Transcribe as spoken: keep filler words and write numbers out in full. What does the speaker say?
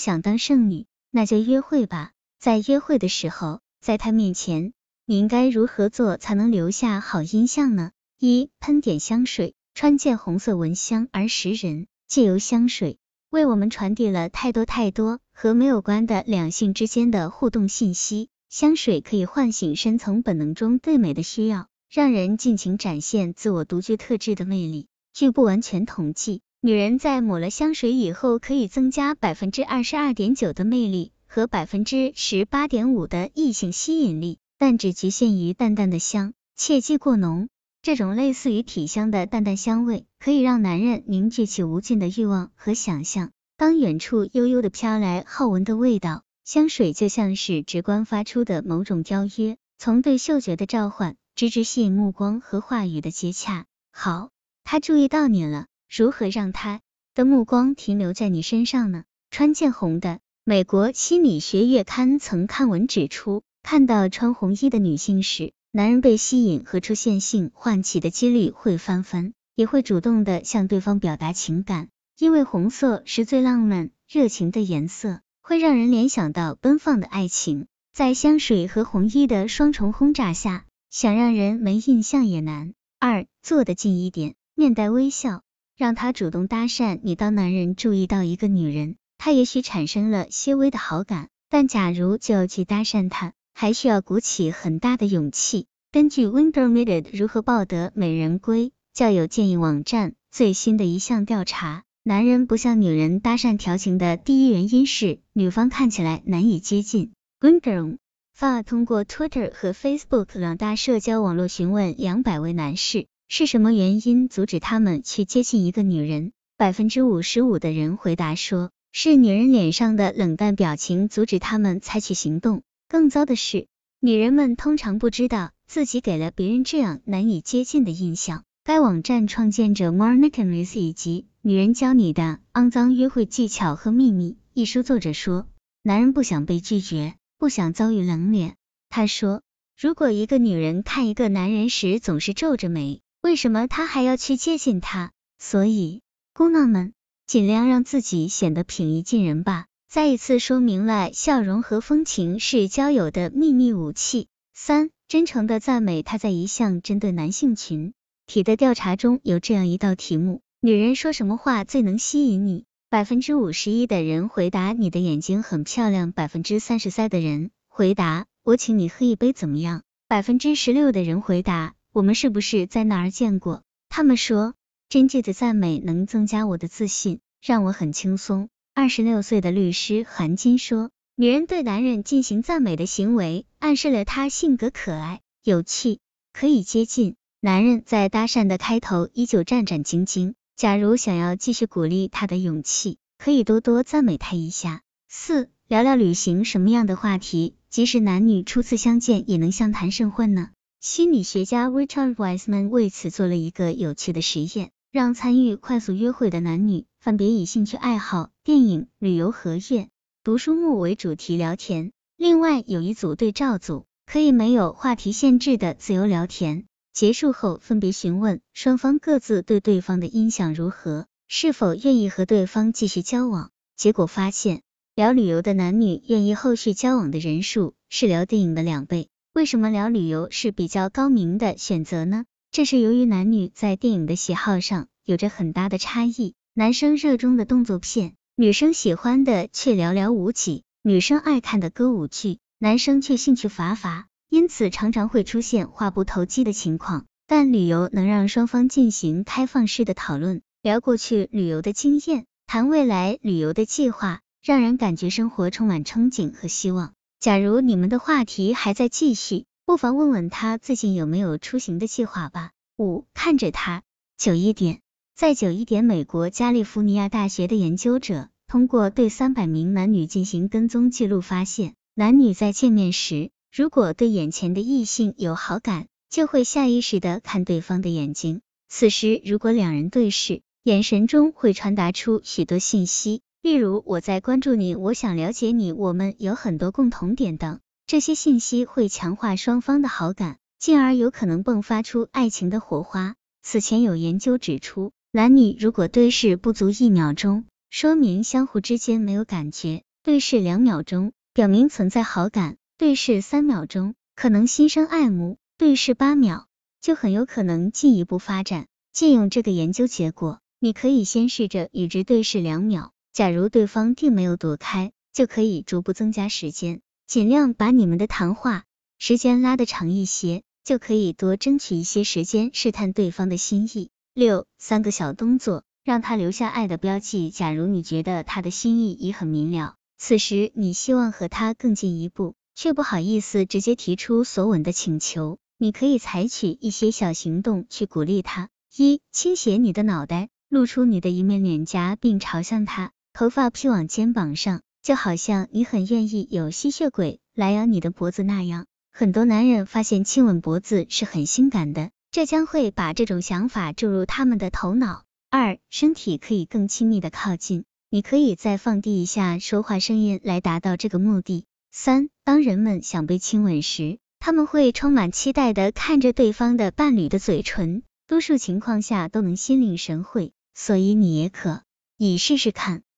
想当剩女，那就约会吧。在约会的时候，在他面前，你应该如何做才能留下好印象呢？一、喷点香水，穿件红色闻香而识人，借由香水为我们传递了太多太多和没有关的两性之间的互动信息。香水可以唤醒深层本能中对美的需要，让人尽情展现自我独具特质的魅力。据不完全统计，女人在抹了香水以后可以增加 百分之二十二点九 的魅力和 百分之十八点五 的异性吸引力，但只局限于淡淡的香，切忌过浓。这种类似于体香的淡淡香味，可以让男人凝聚起无尽的欲望和想象。当远处悠悠的飘来好闻的味道，香水就像是直观发出的某种邀约，从对嗅觉的召唤，直至吸引目光和话语的接洽。好，他注意到你了，如何让他的目光停留在你身上呢？穿件红的。美国心理学月刊曾刊文指出，看到穿红衣的女性时，男人被吸引和出现性唤起的几率会翻番，也会主动的向对方表达情感。因为红色是最浪漫、热情的颜色，会让人联想到奔放的爱情。在香水和红衣的双重轰炸下，想让人没印象也难。二、坐得近一点，面带微笑，让他主动搭讪你。当男人注意到一个女人，他也许产生了些微的好感，但假如就要去搭讪他，还需要鼓起很大的勇气。根据 Wintermeted 如何抱得美人归交友建议网站最新的一项调查，男人不向女人搭讪调情的第一原因是女方看起来难以接近。Winter 发通过 Twitter 和 Facebook 两大社交网络询问两百位男士，是什么原因阻止他们去接近一个女人？ 百分之五十五 的人回答说，是女人脸上的冷淡表情阻止他们采取行动。更糟的是，女人们通常不知道自己给了别人这样难以接近的印象。该网站创建者 Monica Rice 以及《女人教你的肮脏约会技巧和秘密》一书作者说，男人不想被拒绝，不想遭遇冷脸。他说，如果一个女人看一个男人时总是皱着眉，为什么她还要去接近他？所以，姑娘们，尽量让自己显得平易近人吧。再一次说明了笑容和风情是交友的秘密武器。三、真诚的赞美他。在一项针对男性群体的调查中，有这样一道题目：女人说什么话最能吸引你？ 百分之五十一 的人回答你的眼睛很漂亮， 百分之三十三 的人回答我请你喝一杯怎么样， 百分之十六 的人回答我们是不是在哪儿见过。他们说，真挚的赞美能增加我的自信，让我很轻松。二十六岁的律师韩金说，女人对男人进行赞美的行为，暗示了他性格可爱、有趣，可以接近。男人在搭讪的开头依旧战战兢兢，假如想要继续鼓励他的勇气，可以多多赞美他一下。四、聊聊旅行。什么样的话题，即使男女初次相见也能相谈甚欢呢？心理学家 Richard Wiseman 为此做了一个有趣的实验，让参与快速约会的男女分别以兴趣爱好、电影、旅游、合乐、读书目为主题聊天。另外有一组对照组，可以没有话题限制的自由聊天。结束后分别询问双方各自对对方的印象如何，是否愿意和对方继续交往。结果发现，聊旅游的男女愿意后续交往的人数是聊电影的两倍。为什么聊旅游是比较高明的选择呢？这是由于男女在电影的喜好上有着很大的差异。男生热衷的动作片，女生喜欢的却寥寥无几；女生爱看的歌舞剧，男生却兴趣乏乏。因此常常会出现话不投机的情况。但旅游能让双方进行开放式的讨论，聊过去旅游的经验，谈未来旅游的计划，让人感觉生活充满憧憬和希望。假如你们的话题还在继续，不妨问问他最近有没有出行的计划吧。五、看着他。久一点。在久一点，美国加利福尼亚大学的研究者通过对三百名男女进行跟踪记录发现，男女在见面时，如果对眼前的异性有好感，就会下意识地看对方的眼睛。此时如果两人对视，眼神中会传达出许多信息，例如我在关注你，我想了解你，我们有很多共同点等。这些信息会强化双方的好感，进而有可能迸发出爱情的火花。此前有研究指出，男女如果对视不足一秒钟，说明相互之间没有感觉。 对视两秒钟，表明存在好感；对视三秒钟，可能心生爱慕；对视八秒，就很有可能进一步发展。借用这个研究结果，你可以先试着与之对视两秒，假如对方并没有躲开，就可以逐步增加时间，尽量把你们的谈话时间拉得长一些，就可以多争取一些时间试探对方的心意。六、三个小动作，让他留下爱的标记。假如你觉得他的心意已很明了，此时你希望和他更进一步，却不好意思直接提出索吻的请求，你可以采取一些小行动去鼓励他。一、倾斜你的脑袋，露出你的一面脸颊并朝向他，头发披往肩膀上，就好像你很愿意有吸血鬼来咬你的脖子那样。很多男人发现亲吻脖子是很性感的，这将会把这种想法注入他们的头脑。二、身体可以更亲密的靠近，你可以再放低一下说话声音来达到这个目的。三、当人们想被亲吻时，他们会充满期待的看着对方的伴侣的嘴唇，多数情况下都能心领神会，所以你也可以试试看，